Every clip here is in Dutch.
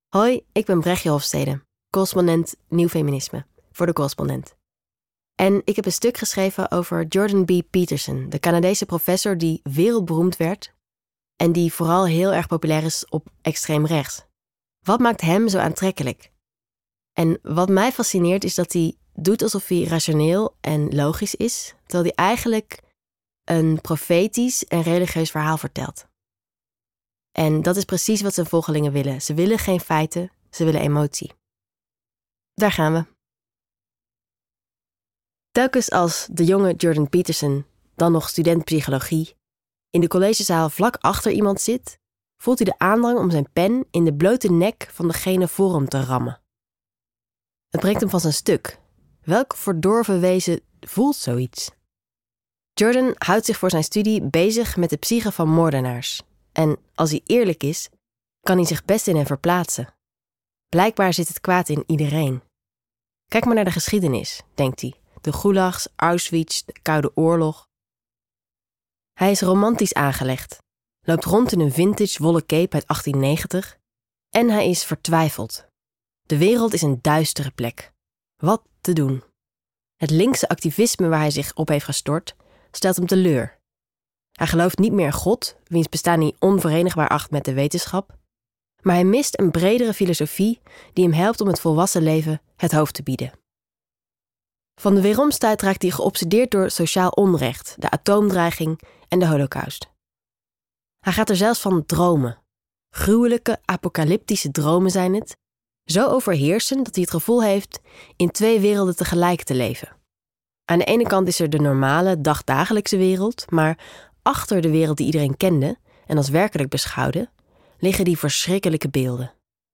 Hoi, ik ben Brechtje Hofstede, correspondent Nieuw Feminisme, voor de Correspondent. En ik heb een stuk geschreven over Jordan B. Peterson, de Canadese professor die wereldberoemd werd en die vooral heel erg populair is op extreem rechts. Wat maakt hem zo aantrekkelijk? En wat mij fascineert is dat hij doet alsof hij rationeel en logisch is, terwijl hij eigenlijk een profetisch en religieus verhaal vertelt. En dat is precies wat zijn volgelingen willen. Ze willen geen feiten, ze willen emotie. Daar gaan we. Telkens als de jonge Jordan Peterson, dan nog student psychologie, in de collegezaal vlak achter iemand zit, voelt hij de aandrang om zijn pen in de blote nek van degene voor hem te rammen. Het brengt hem van zijn stuk. Welk verdorven wezen voelt zoiets? Jordan houdt zich voor zijn studie bezig met de psyche van moordenaars. En als hij eerlijk is, kan hij zich best in hen verplaatsen. Blijkbaar zit het kwaad in iedereen. Kijk maar naar de geschiedenis, denkt hij. De gulags, Auschwitz, de Koude Oorlog. Hij is romantisch aangelegd, loopt rond in een vintage wollen cape uit 1890 en hij is vertwijfeld. De wereld is een duistere plek. Wat te doen? Het linkse activisme waar hij zich op heeft gestort, stelt hem teleur. Hij gelooft niet meer in God, wiens bestaan hij onverenigbaar acht met de wetenschap. Maar hij mist een bredere filosofie die hem helpt om het volwassen leven het hoofd te bieden. Van de weeromstuit raakt hij geobsedeerd door sociaal onrecht, de atoomdreiging en de Holocaust. Hij gaat er zelfs van dromen. Gruwelijke, apocalyptische dromen zijn het, zo overheersend dat hij het gevoel heeft in twee werelden tegelijk te leven. Aan de ene kant is er de normale, dagdagelijkse wereld, maar achter de wereld die iedereen kende en als werkelijk beschouwde, liggen die verschrikkelijke beelden.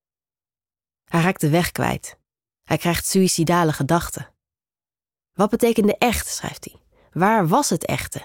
Hij raakt de weg kwijt. Hij krijgt suïcidale gedachten. Wat betekende echt, schrijft hij. Waar was het echte?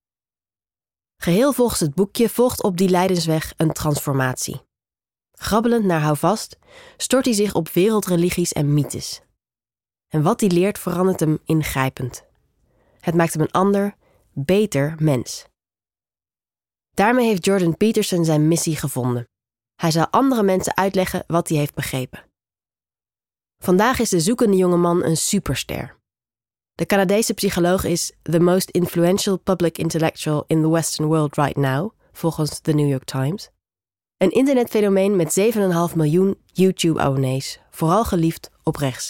Geheel volgens het boekje volgt op die lijdensweg een transformatie. Grabbelend naar houvast stort hij zich op wereldreligies en mythes. En wat hij leert verandert hem ingrijpend. Het maakt hem een ander, beter mens. Daarmee heeft Jordan Peterson zijn missie gevonden. Hij zal andere mensen uitleggen wat hij heeft begrepen. Vandaag is de zoekende jongeman een superster. De Canadese psycholoog is the most influential public intellectual in the Western world right now, volgens The New York Times. Een internetfenomeen met 7,5 miljoen YouTube-abonnees, vooral geliefd op rechts.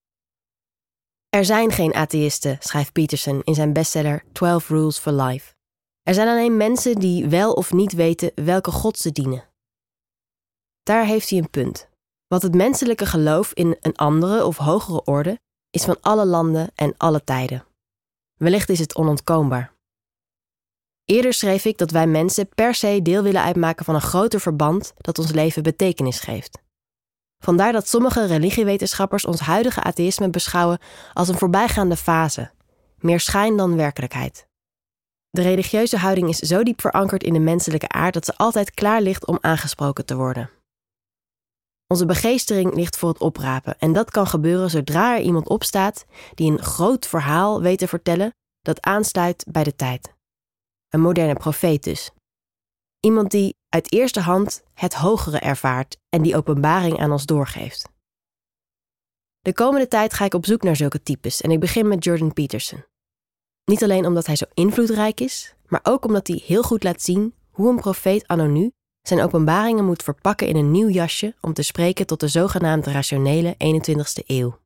Er zijn geen atheïsten, schrijft Peterson in zijn bestseller 12 Rules for Life. Er zijn alleen mensen die wel of niet weten welke god ze dienen. Daar heeft hij een punt. Want het menselijke geloof in een andere of hogere orde is van alle landen en alle tijden. Wellicht is het onontkoombaar. Eerder schreef ik dat wij mensen per se deel willen uitmaken van een groter verband dat ons leven betekenis geeft. Vandaar dat sommige religiewetenschappers ons huidige atheïsme beschouwen als een voorbijgaande fase, meer schijn dan werkelijkheid. De religieuze houding is zo diep verankerd in de menselijke aard dat ze altijd klaar ligt om aangesproken te worden. Onze begeestering ligt voor het oprapen en dat kan gebeuren zodra er iemand opstaat die een groot verhaal weet te vertellen dat aansluit bij de tijd. Een moderne profeet dus. Iemand die uit eerste hand het hogere ervaart en die openbaring aan ons doorgeeft. De komende tijd ga ik op zoek naar zulke types en ik begin met Jordan Peterson. Niet alleen omdat hij zo invloedrijk is, maar ook omdat hij heel goed laat zien hoe een profeet anno nu zijn openbaringen moet verpakken in een nieuw jasje om te spreken tot de zogenaamd rationele 21ste eeuw.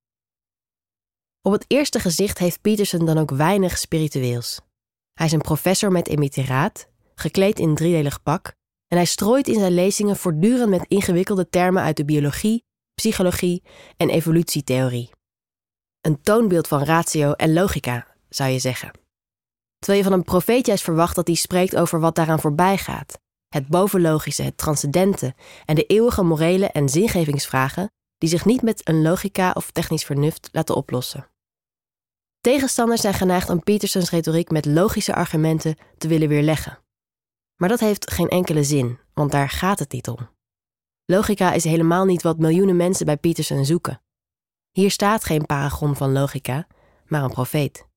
Op het eerste gezicht heeft Peterson dan ook weinig spiritueels. Hij is een professor met emiteraat, gekleed in driedelig pak, en hij strooit in zijn lezingen voortdurend met ingewikkelde termen uit de biologie, psychologie en evolutietheorie. Een toonbeeld van ratio en logica, zou je zeggen. Terwijl je van een profeet juist verwacht dat hij spreekt over wat daaraan voorbij gaat. Het bovenlogische, het transcendente en de eeuwige morele en zingevingsvragen die zich niet met een logica of technisch vernuft laten oplossen. Tegenstanders zijn geneigd om Petersons retoriek met logische argumenten te willen weerleggen. Maar dat heeft geen enkele zin, want daar gaat het niet om. Logica is helemaal niet wat miljoenen mensen bij Peterson zoeken. Hier staat geen paragon van logica, maar een profeet.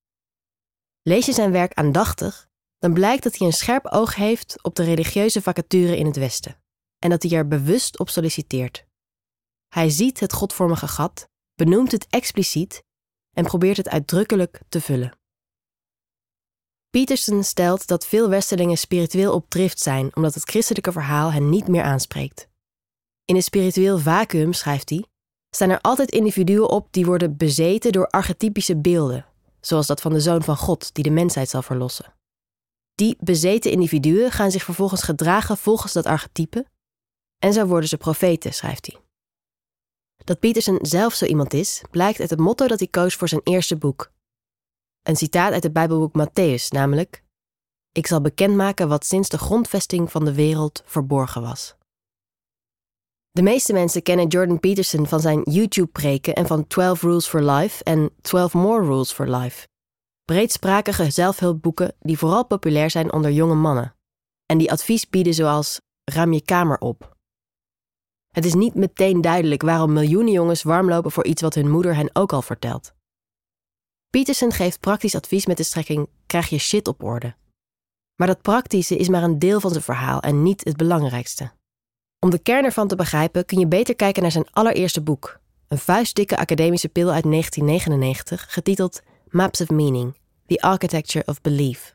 Lees je zijn werk aandachtig, dan blijkt dat hij een scherp oog heeft op de religieuze vacature in het Westen. en dat hij er bewust op solliciteert. Hij ziet het godvormige gat, benoemt het expliciet en probeert het uitdrukkelijk te vullen. Peterson stelt dat veel Westerlingen spiritueel op drift zijn omdat het christelijke verhaal hen niet meer aanspreekt. In een spiritueel vacuüm, schrijft hij, staan er altijd individuen op die worden bezeten door archetypische beelden, zoals dat van de Zoon van God die de mensheid zal verlossen. Die bezeten individuen gaan zich vervolgens gedragen volgens dat archetype en zo worden ze profeten, schrijft hij. Dat Peterson zelf zo iemand is, blijkt uit het motto dat hij koos voor zijn eerste boek. Een citaat uit het Bijbelboek Mattheüs, namelijk: "Ik zal bekendmaken wat sinds de grondvesting van de wereld verborgen was." De meeste mensen kennen Jordan Peterson van zijn YouTube-preken en van 12 Rules for Life en 12 More Rules for Life. Breedsprakige zelfhulpboeken die vooral populair zijn onder jonge mannen en die advies bieden zoals: ruim je kamer op. Het is niet meteen duidelijk waarom miljoenen jongens warmlopen voor iets wat hun moeder hen ook al vertelt. Peterson geeft praktisch advies met de strekking: krijg je shit op orde. Maar dat praktische is maar een deel van zijn verhaal en niet het belangrijkste. Om de kern ervan te begrijpen kun je beter kijken naar zijn allereerste boek, een vuistdikke academische pil uit 1999, getiteld Maps of Meaning, The Architecture of Belief.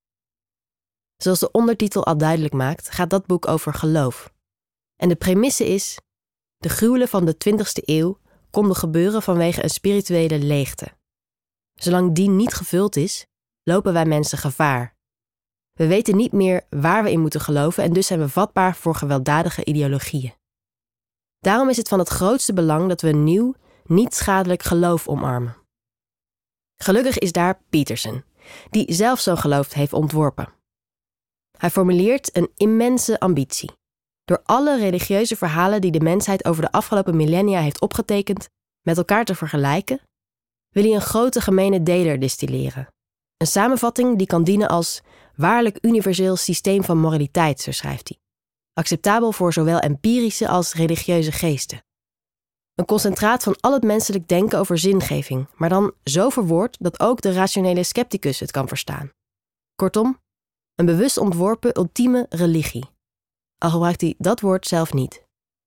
Zoals de ondertitel al duidelijk maakt, gaat dat boek over geloof. En de premisse is: de gruwelen van de 20e eeuw konden gebeuren vanwege een spirituele leegte. Zolang die niet gevuld is, lopen wij mensen gevaar. We weten niet meer waar we in moeten geloven en dus zijn we vatbaar voor gewelddadige ideologieën. Daarom is het van het grootste belang dat we een nieuw, niet schadelijk geloof omarmen. Gelukkig is daar Peterson, die zelf zo'n geloof heeft ontworpen. Hij formuleert een immense ambitie. Door alle religieuze verhalen die de mensheid over de afgelopen millennia heeft opgetekend met elkaar te vergelijken, wil hij een grote gemene deler distilleren. Een samenvatting die kan dienen als waarlijk universeel systeem van moraliteit, zo schrijft hij. Acceptabel voor zowel empirische als religieuze geesten. Een concentraat van al het menselijk denken over zingeving, maar dan zo verwoord dat ook de rationele scepticus het kan verstaan. Kortom, een bewust ontworpen ultieme religie. Al gebruikt hij dat woord zelf niet.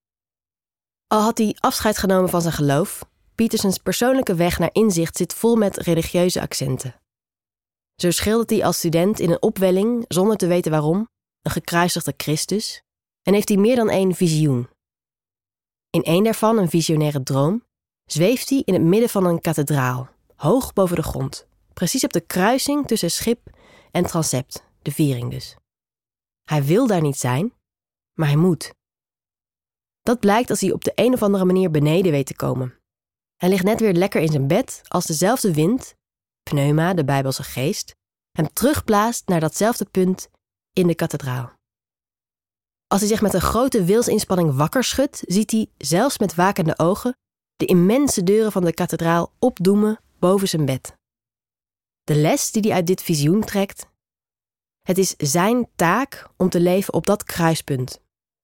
Al had hij afscheid genomen van zijn geloof, Petersons persoonlijke weg naar inzicht zit vol met religieuze accenten. Zo schildert hij als student in een opwelling, zonder te weten waarom, een gekruisigde Christus en heeft hij meer dan één visioen. In één daarvan, een visionaire droom, zweeft hij in het midden van een kathedraal, hoog boven de grond, precies op de kruising tussen schip en transept, de viering dus. Hij wil daar niet zijn, maar hij moet. Dat blijkt als hij op de een of andere manier beneden weet te komen. Hij ligt net weer lekker in zijn bed als dezelfde wind, pneuma, de Bijbelse geest, hem terugblaast naar datzelfde punt in de kathedraal. Als hij zich met een grote wilsinspanning wakker schudt, ziet hij, zelfs met wakende ogen, de immense deuren van de kathedraal opdoemen boven zijn bed. De les die hij uit dit visioen trekt: het is zijn taak om te leven op dat kruispunt.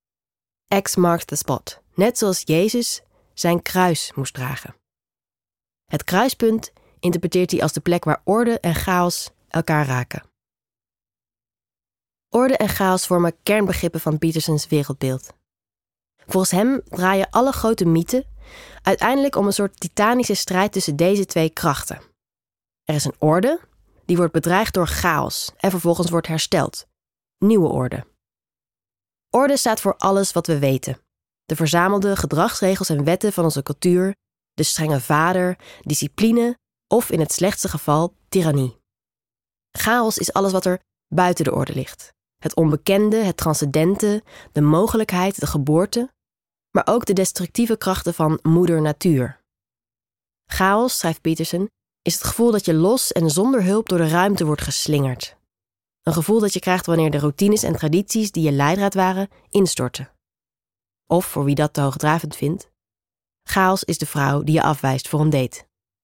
X marks the spot, net zoals Jezus zijn kruis moest dragen. Het kruispunt interpreteert hij als de plek waar orde en chaos elkaar raken. Orde en chaos vormen kernbegrippen van Petersons wereldbeeld. Volgens hem draaien alle grote mythen uiteindelijk om een soort titanische strijd tussen deze twee krachten. Er is een orde, die wordt bedreigd door chaos en vervolgens wordt hersteld. Nieuwe orde. Orde staat voor alles wat we weten. De verzamelde gedragsregels en wetten van onze cultuur, de strenge vader, discipline of in het slechtste geval tirannie. Chaos is alles wat er buiten de orde ligt. Het onbekende, het transcendente, de mogelijkheid, de geboorte, maar ook de destructieve krachten van moeder natuur. Chaos, schrijft Peterson, is het gevoel dat je los en zonder hulp door de ruimte wordt geslingerd. Een gevoel dat je krijgt wanneer de routines en tradities die je leidraad waren, instorten. Of, voor wie dat te hoogdravend vindt, chaos is de vrouw die je afwijst voor een date.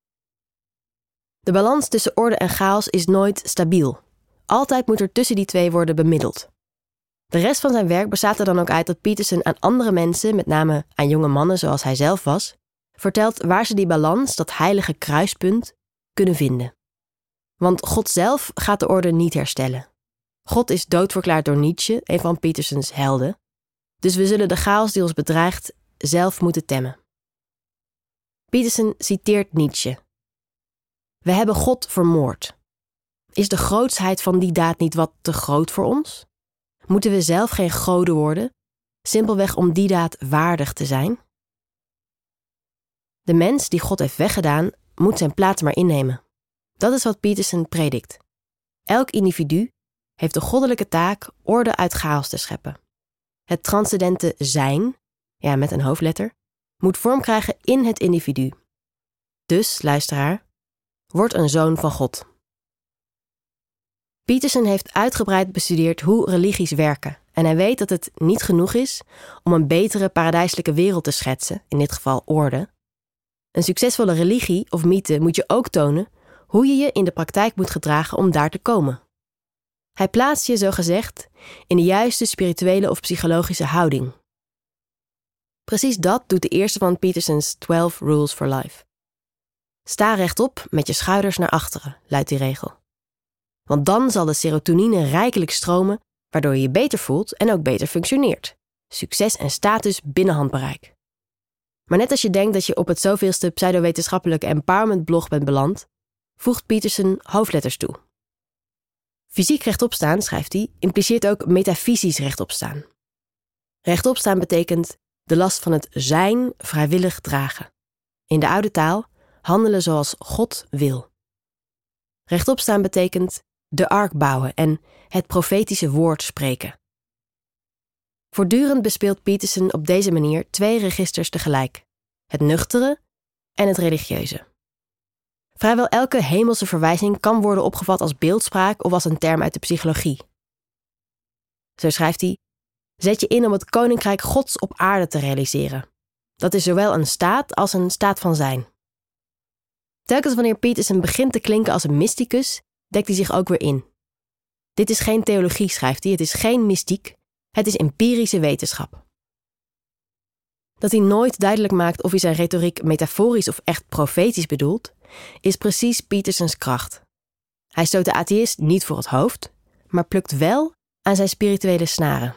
De balans tussen orde en chaos is nooit stabiel. Altijd moet er tussen die twee worden bemiddeld. De rest van zijn werk bestaat er dan ook uit dat Peterson aan andere mensen, met name aan jonge mannen zoals hij zelf was, vertelt waar ze die balans, dat heilige kruispunt, kunnen vinden. Want God zelf gaat de orde niet herstellen. God is doodverklaard door Nietzsche, een van Petersons helden. Dus we zullen de chaos die ons bedreigt zelf moeten temmen. Peterson citeert Nietzsche. We hebben God vermoord. Is de grootsheid van die daad niet wat te groot voor ons? Moeten we zelf geen goden worden, simpelweg om die daad waardig te zijn? De mens die God heeft weggedaan, moet zijn plaats maar innemen. Dat is wat Peterson predikt. Elk individu heeft de goddelijke taak orde uit chaos te scheppen. Het transcendente zijn, ja met een hoofdletter, moet vorm krijgen in het individu. Dus, luisteraar, word een zoon van God. Peterson heeft uitgebreid bestudeerd hoe religies werken en hij weet dat het niet genoeg is om een betere paradijselijke wereld te schetsen, in dit geval orde. Een succesvolle religie of mythe moet je ook tonen hoe je je in de praktijk moet gedragen om daar te komen. Hij plaatst je, zogezegd, in de juiste spirituele of psychologische houding. Precies dat doet de eerste van Peterson's 12 Rules for Life. Sta rechtop met je schouders naar achteren, luidt die regel. Want dan zal de serotonine rijkelijk stromen, waardoor je je beter voelt en ook beter functioneert. Succes en status binnen handbereik. Maar net als je denkt dat je op het zoveelste pseudowetenschappelijke empowerment blog bent beland, voegt Peterson hoofdletters toe. Fysiek rechtop staan, schrijft hij, impliceert ook metafysisch rechtop staan. Rechtop staan betekent de last van het zijn vrijwillig dragen. In de oude taal handelen zoals God wil. Rechtop staan betekent de ark bouwen en het profetische woord spreken. Voortdurend bespeelt Peterson op deze manier 2 registers tegelijk: het nuchtere en het religieuze. Vrijwel elke hemelse verwijzing kan worden opgevat als beeldspraak of als een term uit de psychologie. Zo schrijft hij: zet je in om het koninkrijk Gods op aarde te realiseren. Dat is zowel een staat als een staat van zijn. Telkens wanneer Peterson begint te klinken als een mysticus, dekt hij zich ook weer in. Dit is geen theologie, schrijft hij, het is geen mystiek, het is empirische wetenschap. Dat hij nooit duidelijk maakt of hij zijn retoriek metaforisch of echt profetisch bedoelt, is precies Petersons kracht. Hij stoot de atheïst niet voor het hoofd, maar plukt wel aan zijn spirituele snaren.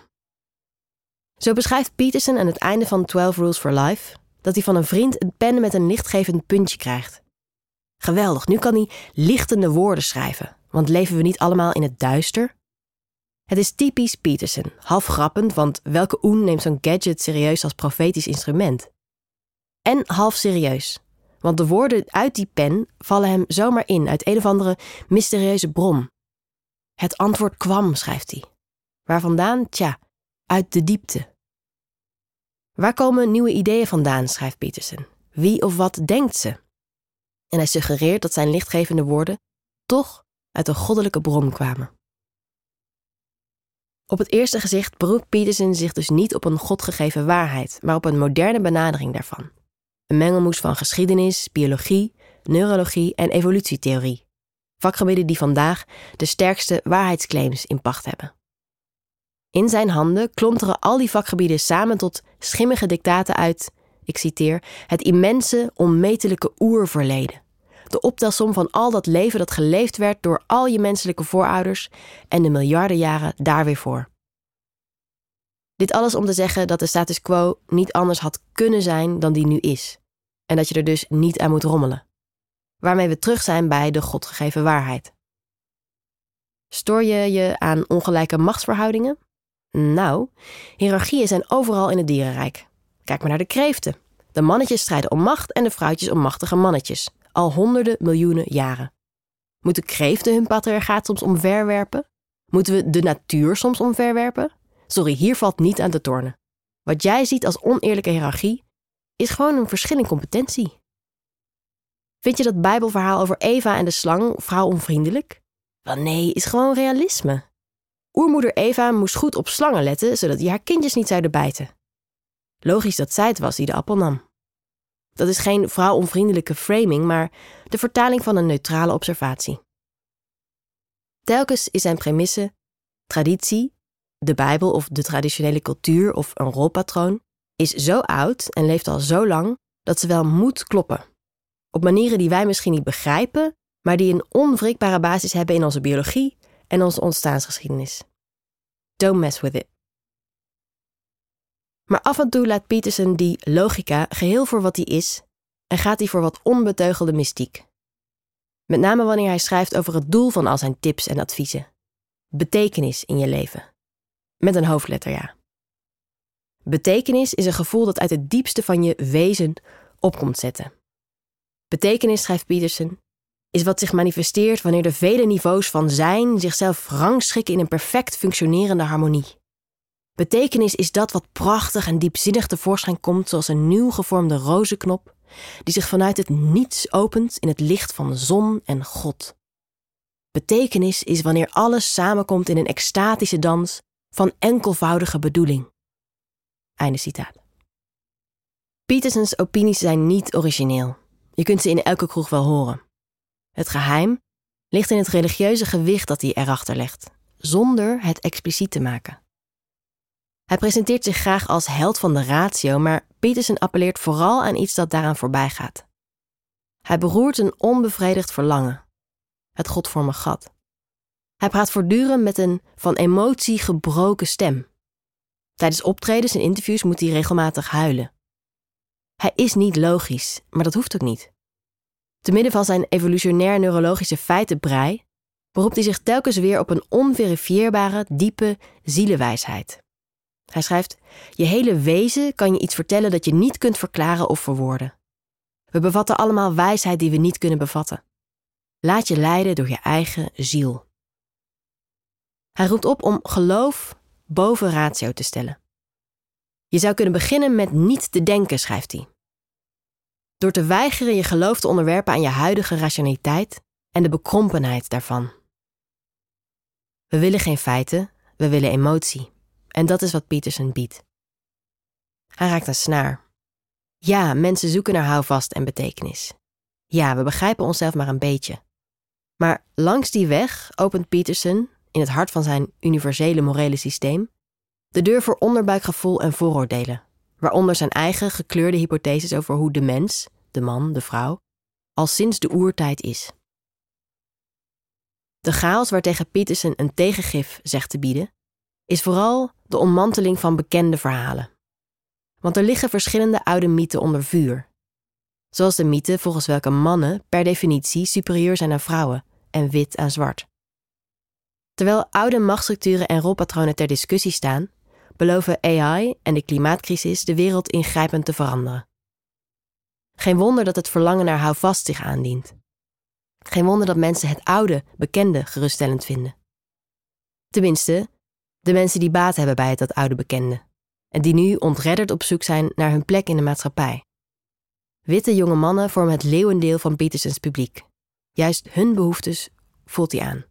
Zo beschrijft Peterson aan het einde van 12 Rules for Life dat hij van een vriend een pen met een lichtgevend puntje krijgt. Geweldig, nu kan hij lichtende woorden schrijven, want leven we niet allemaal in het duister? Het is typisch Peterson, half grappend, want welke oen neemt zo'n gadget serieus als profetisch instrument? En half serieus, want de woorden uit die pen vallen hem zomaar in uit een of andere mysterieuze bron. Het antwoord kwam, schrijft hij. Waar vandaan? Tja, uit de diepte. Waar komen nieuwe ideeën vandaan, schrijft Peterson? Wie of wat denkt ze? En hij suggereert dat zijn lichtgevende woorden toch uit een goddelijke bron kwamen. Op het eerste gezicht beroept Peterson zich dus niet op een godgegeven waarheid, maar op een moderne benadering daarvan. Een mengelmoes van geschiedenis, biologie, neurologie en evolutietheorie. Vakgebieden die vandaag de sterkste waarheidsclaims in pacht hebben. In zijn handen klonteren al die vakgebieden samen tot schimmige dictaten uit, ik citeer, het immense, onmetelijke oerverleden. De optelsom van al dat leven dat geleefd werd door al je menselijke voorouders en de miljarden jaren daar weer voor. Dit alles om te zeggen dat de status quo niet anders had kunnen zijn dan die nu is. En dat je er dus niet aan moet rommelen. Waarmee we terug zijn bij de godgegeven waarheid. Stoor je je aan ongelijke machtsverhoudingen? Nou, hiërarchieën zijn overal in het dierenrijk. Kijk maar naar de kreeften. De mannetjes strijden om macht en de vrouwtjes om machtige mannetjes. Al honderden miljoenen jaren. Moeten kreeften hun patriarchaat soms omverwerpen? Moeten we de natuur soms omverwerpen? Sorry, hier valt niet aan te tornen. Wat jij ziet als oneerlijke hiërarchie is gewoon een verschil in competentie. Vind je dat Bijbelverhaal over Eva en de slang vrouwonvriendelijk? Wel nee, is gewoon realisme. Oermoeder Eva moest goed op slangen letten, zodat die haar kindjes niet zouden bijten. Logisch dat zij het was die de appel nam. Dat is geen vrouwonvriendelijke framing, maar de vertaling van een neutrale observatie. Telkens is zijn premisse, traditie, de Bijbel of de traditionele cultuur of een rolpatroon, is zo oud en leeft al zo lang dat ze wel moet kloppen. Op manieren die wij misschien niet begrijpen, maar die een onwrikbare basis hebben in onze biologie en onze ontstaansgeschiedenis. Don't mess with it. Maar af en toe laat Peterson die logica geheel voor wat die is en gaat hij voor wat onbeteugelde mystiek. Met name wanneer hij schrijft over het doel van al zijn tips en adviezen. Betekenis in je leven. Met een hoofdletter, ja. Betekenis is een gevoel dat uit het diepste van je wezen op komt zetten. Betekenis, schrijft Peterson, is wat zich manifesteert wanneer de vele niveaus van zijn zichzelf rangschikken in een perfect functionerende harmonie. Betekenis is dat wat prachtig en diepzinnig tevoorschijn komt zoals een nieuw gevormde rozenknop die zich vanuit het niets opent in het licht van zon en God. Betekenis is wanneer alles samenkomt in een extatische dans van enkelvoudige bedoeling. Einde citaat. Petersons opinies zijn niet origineel. Je kunt ze in elke kroeg wel horen. Het geheim ligt in het religieuze gewicht dat hij erachter legt, zonder het expliciet te maken. Hij presenteert zich graag als held van de ratio, maar Peterson appelleert vooral aan iets dat daaraan voorbij gaat. Hij beroert een onbevredigd verlangen, het godvormige gat. Hij praat voortdurend met een van emotie gebroken stem. Tijdens optredens en interviews moet hij regelmatig huilen. Hij is niet logisch, maar dat hoeft ook niet. Te midden van zijn evolutionair neurologische feitenbrei beroept hij zich telkens weer op een onverifieerbare, diepe zielenwijsheid. Hij schrijft: je hele wezen kan je iets vertellen dat je niet kunt verklaren of verwoorden. We bevatten allemaal wijsheid die we niet kunnen bevatten. Laat je leiden door je eigen ziel. Hij roept op om geloof boven ratio te stellen. Je zou kunnen beginnen met niet te denken, schrijft hij. Door te weigeren je geloof te onderwerpen aan je huidige rationaliteit en de bekrompenheid daarvan. We willen geen feiten, we willen emotie. En dat is wat Peterson biedt. Hij raakt een snaar. Ja, mensen zoeken naar houvast en betekenis. Ja, we begrijpen onszelf maar een beetje. Maar langs die weg opent Peterson, in het hart van zijn universele morele systeem, de deur voor onderbuikgevoel en vooroordelen, waaronder zijn eigen gekleurde hypotheses over hoe de mens, de man, de vrouw, al sinds de oertijd is. De chaos waartegen Peterson een tegengif zegt te bieden, is vooral de ommanteling van bekende verhalen. Want er liggen verschillende oude mythen onder vuur. Zoals de mythe volgens welke mannen per definitie superieur zijn aan vrouwen en wit aan zwart. Terwijl oude machtsstructuren en rolpatronen ter discussie staan, beloven AI en de klimaatcrisis de wereld ingrijpend te veranderen. Geen wonder dat het verlangen naar houvast zich aandient. Geen wonder dat mensen het oude, bekende geruststellend vinden. Tenminste, de mensen die baat hebben bij dat oude bekende en die nu ontredderd op zoek zijn naar hun plek in de maatschappij. Witte jonge mannen vormen het leeuwendeel van Petersons publiek. Juist hun behoeftes voelt hij aan.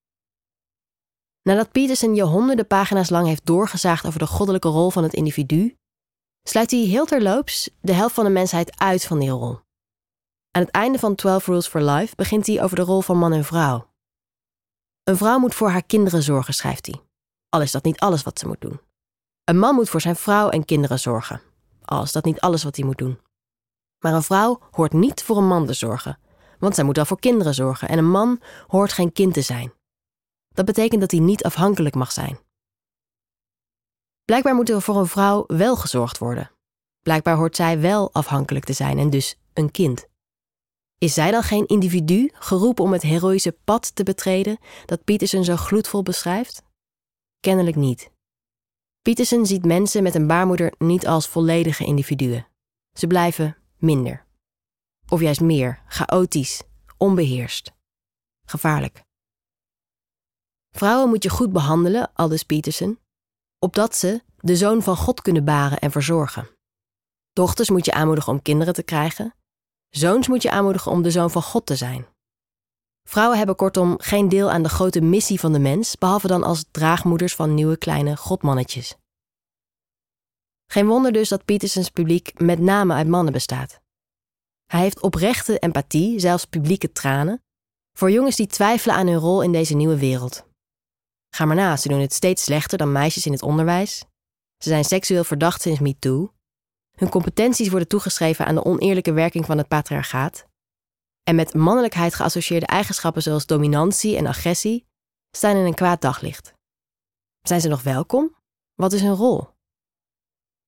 Nadat Peterson je honderden pagina's lang heeft doorgezaagd over de goddelijke rol van het individu, sluit hij heel terloops de helft van de mensheid uit van die rol. Aan het einde van 12 Rules for Life begint hij over de rol van man en vrouw. Een vrouw moet voor haar kinderen zorgen, schrijft hij. Al is dat niet alles wat ze moet doen. Een man moet voor zijn vrouw en kinderen zorgen. Al is dat niet alles wat hij moet doen. Maar een vrouw hoort niet voor een man te zorgen, want zij moet wel voor kinderen zorgen en een man hoort geen kind te zijn. Dat betekent dat hij niet afhankelijk mag zijn. Blijkbaar moet er voor een vrouw wel gezorgd worden. Blijkbaar hoort zij wel afhankelijk te zijn en dus een kind. Is zij dan geen individu geroepen om het heroïsche pad te betreden dat Peterson zo gloedvol beschrijft? Kennelijk niet. Peterson ziet mensen met een baarmoeder niet als volledige individuen. Ze blijven minder. Of juist meer, chaotisch, onbeheerst. Gevaarlijk. Vrouwen moet je goed behandelen, aldus Peterson, opdat ze de zoon van God kunnen baren en verzorgen. Dochters moet je aanmoedigen om kinderen te krijgen. Zoons moet je aanmoedigen om de zoon van God te zijn. Vrouwen hebben kortom geen deel aan de grote missie van de mens, behalve dan als draagmoeders van nieuwe kleine godmannetjes. Geen wonder dus dat Petersons publiek met name uit mannen bestaat. Hij heeft oprechte empathie, zelfs publieke tranen, voor jongens die twijfelen aan hun rol in deze nieuwe wereld. Ga maar na, ze doen het steeds slechter dan meisjes in het onderwijs. Ze zijn seksueel verdacht sinds MeToo. Hun competenties worden toegeschreven aan de oneerlijke werking van het patriarchaat. En met mannelijkheid geassocieerde eigenschappen zoals dominantie en agressie staan in een kwaad daglicht. Zijn ze nog welkom? Wat is hun rol?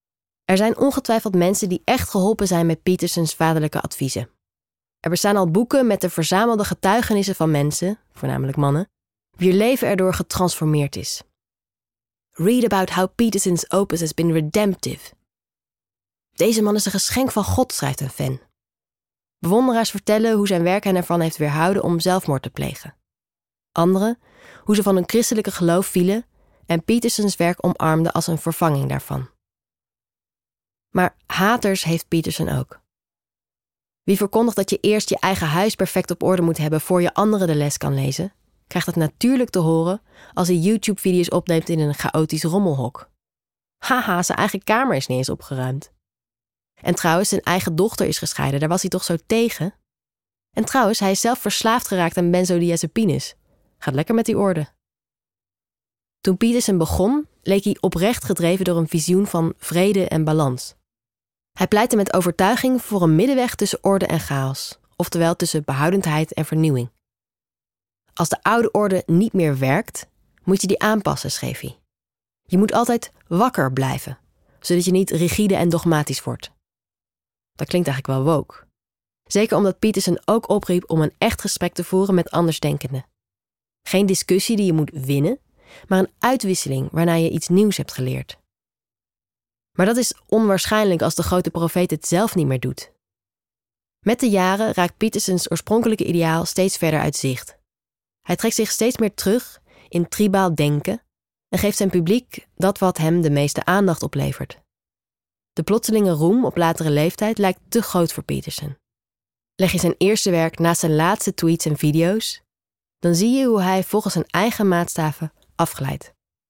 Er zijn ongetwijfeld mensen die echt geholpen zijn met Petersens vaderlijke adviezen. Er bestaan al boeken met de verzamelde getuigenissen van mensen, voornamelijk mannen, wier leven erdoor getransformeerd is. Read about how Peterson's opus has been redemptive. Deze man is een geschenk van God, schrijft een fan. Bewonderaars vertellen hoe zijn werk hen ervan heeft weerhouden om zelfmoord te plegen. Anderen hoe ze van hun christelijke geloof vielen en Petersons werk omarmden als een vervanging daarvan. Maar haters heeft Peterson ook. Wie verkondigt dat je eerst je eigen huis perfect op orde moet hebben voor je anderen de les kan lezen, krijgt het natuurlijk te horen als hij YouTube-video's opneemt in een chaotisch rommelhok. Haha, zijn eigen kamer is niet eens opgeruimd. En trouwens, zijn eigen dochter is gescheiden, daar was hij toch zo tegen? En trouwens, hij is zelf verslaafd geraakt aan benzodiazepines. Gaat lekker met die orde. Toen Peterson begon, leek hij oprecht gedreven door een visioen van vrede en balans. Hij pleitte met overtuiging voor een middenweg tussen orde en chaos, oftewel tussen behoudendheid en vernieuwing. Als de oude orde niet meer werkt, moet je die aanpassen, schreef hij. Je moet altijd wakker blijven, zodat je niet rigide en dogmatisch wordt. Dat klinkt eigenlijk wel woke. Zeker omdat Peterson ook opriep om een echt gesprek te voeren met andersdenkenden. Geen discussie die je moet winnen, maar een uitwisseling waarna je iets nieuws hebt geleerd. Maar dat is onwaarschijnlijk als de grote profeet het zelf niet meer doet. Met de jaren raakt Petersons oorspronkelijke ideaal steeds verder uit zicht. Hij trekt zich steeds meer terug in tribaal denken en geeft zijn publiek dat wat hem de meeste aandacht oplevert. De plotselinge roem op latere leeftijd lijkt te groot voor Peterson. Leg je zijn eerste werk naast zijn laatste tweets en video's, dan zie je hoe hij volgens zijn eigen maatstaven afglijdt.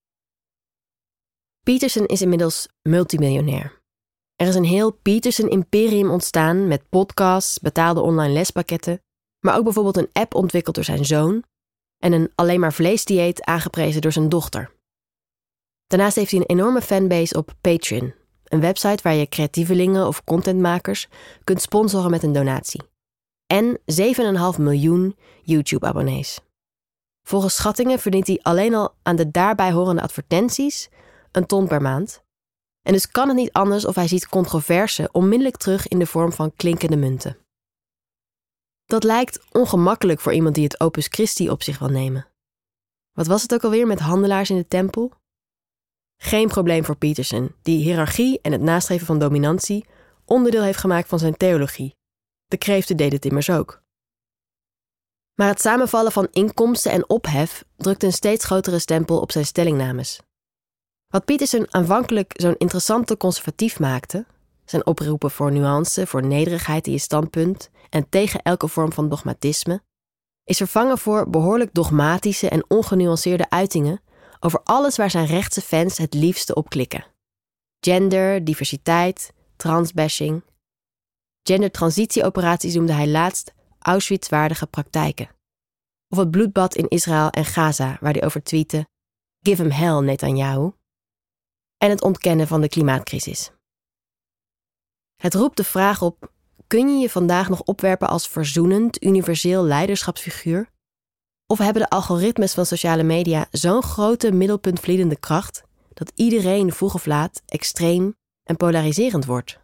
Peterson is inmiddels multimiljonair. Er is een heel Peterson-imperium ontstaan met podcasts, betaalde online lespakketten, maar ook bijvoorbeeld een app ontwikkeld door zijn zoon en een alleen maar vleesdieet aangeprezen door zijn dochter. Daarnaast heeft hij een enorme fanbase op Patreon, een website waar je creatievelingen of contentmakers kunt sponsoren met een donatie. En 7,5 miljoen YouTube-abonnees. Volgens schattingen verdient hij alleen al aan de daarbij horende advertenties $1 ton per maand. En dus kan het niet anders of hij ziet controverse onmiddellijk terug in de vorm van klinkende munten. Dat lijkt ongemakkelijk voor iemand die het Opus Christi op zich wil nemen. Wat was het ook alweer met handelaars in de tempel? Geen probleem voor Peterson, die hiërarchie en het nastreven van dominantie onderdeel heeft gemaakt van zijn theologie. De kreeften deden het immers ook. Maar het samenvallen van inkomsten en ophef drukt een steeds grotere stempel op zijn stellingnames. Wat Peterson aanvankelijk zo'n interessante conservatief maakte, zijn oproepen voor nuance, voor nederigheid in je standpunt en tegen elke vorm van dogmatisme, is vervangen voor behoorlijk dogmatische en ongenuanceerde uitingen over alles waar zijn rechtse fans het liefste op klikken. Gender, diversiteit, transbashing. Gendertransitieoperaties noemde hij laatst Auschwitz-waardige praktijken. Of het bloedbad in Israël en Gaza, waar hij over tweette: "Give him hell, Netanyahu." En het ontkennen van de klimaatcrisis. Het roept de vraag op: kun je je vandaag nog opwerpen als verzoenend, universeel leiderschapsfiguur? Of hebben de algoritmes van sociale media zo'n grote middelpuntvliedende kracht dat iedereen vroeg of laat extreem en polariserend wordt?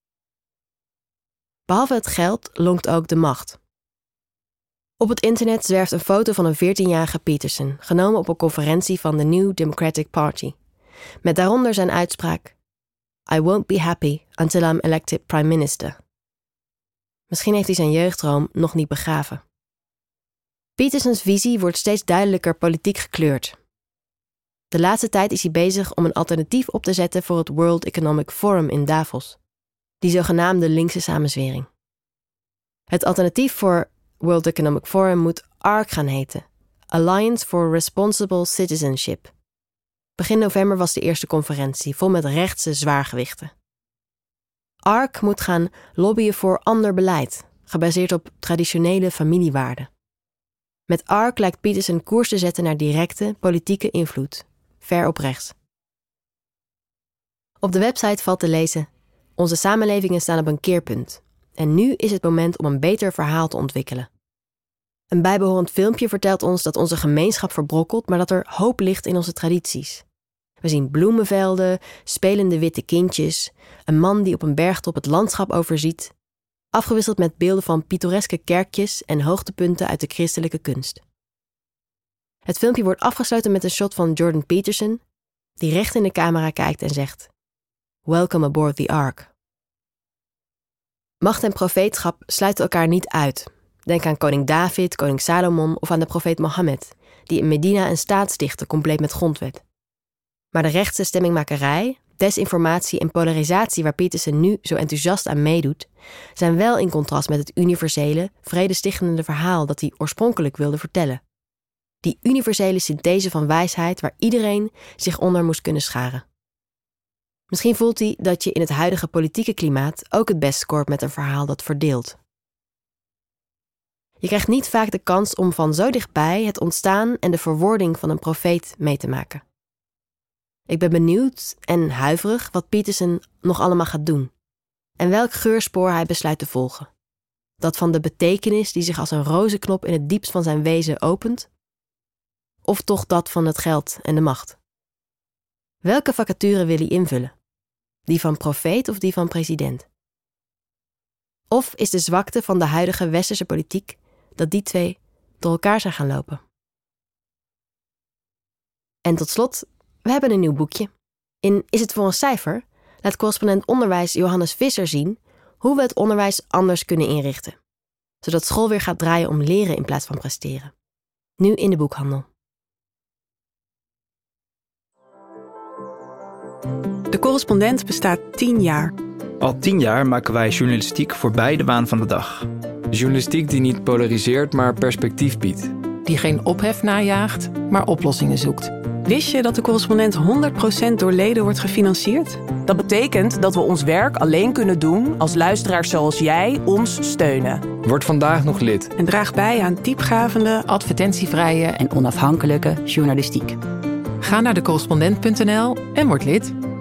Behalve het geld lonkt ook de macht. Op het internet zwerft een foto van een 14-jarige Peterson, genomen op een conferentie van de New Democratic Party, met daaronder zijn uitspraak: "I won't be happy until I'm elected prime minister." Misschien heeft hij zijn jeugddroom nog niet begraven. Petersons visie wordt steeds duidelijker politiek gekleurd. De laatste tijd is hij bezig om een alternatief op te zetten voor het World Economic Forum in Davos, die zogenaamde linkse samenzwering. Het alternatief voor World Economic Forum moet ARC gaan heten, Alliance for Responsible Citizenship. Begin november was de eerste conferentie, vol met rechtse zwaargewichten. ARC moet gaan lobbyen voor ander beleid, gebaseerd op traditionele familiewaarden. Met ARC lijkt Peterson koers te zetten naar directe politieke invloed, ver op rechts. Op de website valt te lezen: "Onze samenlevingen staan op een keerpunt. En nu is het moment om een beter verhaal te ontwikkelen. Een bijbehorend filmpje vertelt ons dat onze gemeenschap verbrokkelt, maar dat er hoop ligt in onze tradities. We zien bloemenvelden, spelende witte kindjes, een man die op een bergtop het landschap overziet, afgewisseld met beelden van pittoreske kerkjes en hoogtepunten uit de christelijke kunst. Het filmpje wordt afgesloten met een shot van Jordan Peterson, die recht in de camera kijkt en zegt: "Welcome aboard the Ark." Macht en profeetschap sluiten elkaar niet uit. Denk aan koning David, koning Salomon of aan de profeet Mohammed, die in Medina een staat stichtte, compleet met grondwet. Maar de rechtse stemmingmakerij, desinformatie en polarisatie waar Peterson nu zo enthousiast aan meedoet, zijn wel in contrast met het universele, vredestichtende verhaal dat hij oorspronkelijk wilde vertellen. Die universele synthese van wijsheid waar iedereen zich onder moest kunnen scharen. Misschien voelt hij dat je in het huidige politieke klimaat ook het best scoort met een verhaal dat verdeelt. Je krijgt niet vaak de kans om van zo dichtbij het ontstaan en de verwording van een profeet mee te maken. Ik ben benieuwd en huiverig wat Peterson nog allemaal gaat doen en welk geurspoor hij besluit te volgen. Dat van de betekenis die zich als een rozenknop in het diepst van zijn wezen opent? Of toch dat van het geld en de macht? Welke vacature wil hij invullen? Die van profeet of die van president? Of is de zwakte van de huidige westerse politiek dat die twee door elkaar zijn gaan lopen? En tot slot, we hebben een nieuw boekje. In Is het voor een cijfer laat correspondent onderwijs Johannes Visser zien hoe we het onderwijs anders kunnen inrichten, zodat school weer gaat draaien om leren in plaats van presteren. Nu in de boekhandel. De Correspondent bestaat 10 jaar. Al 10 jaar maken wij journalistiek voorbij de waan van de dag. Journalistiek die niet polariseert, maar perspectief biedt. Die geen ophef najaagt, maar oplossingen zoekt. Wist je dat de Correspondent 100% door leden wordt gefinancierd? Dat betekent dat we ons werk alleen kunnen doen als luisteraars zoals jij ons steunen. Word vandaag nog lid. En draag bij aan diepgravende, Advertentievrije en onafhankelijke journalistiek. Ga naar decorrespondent.nl en word lid.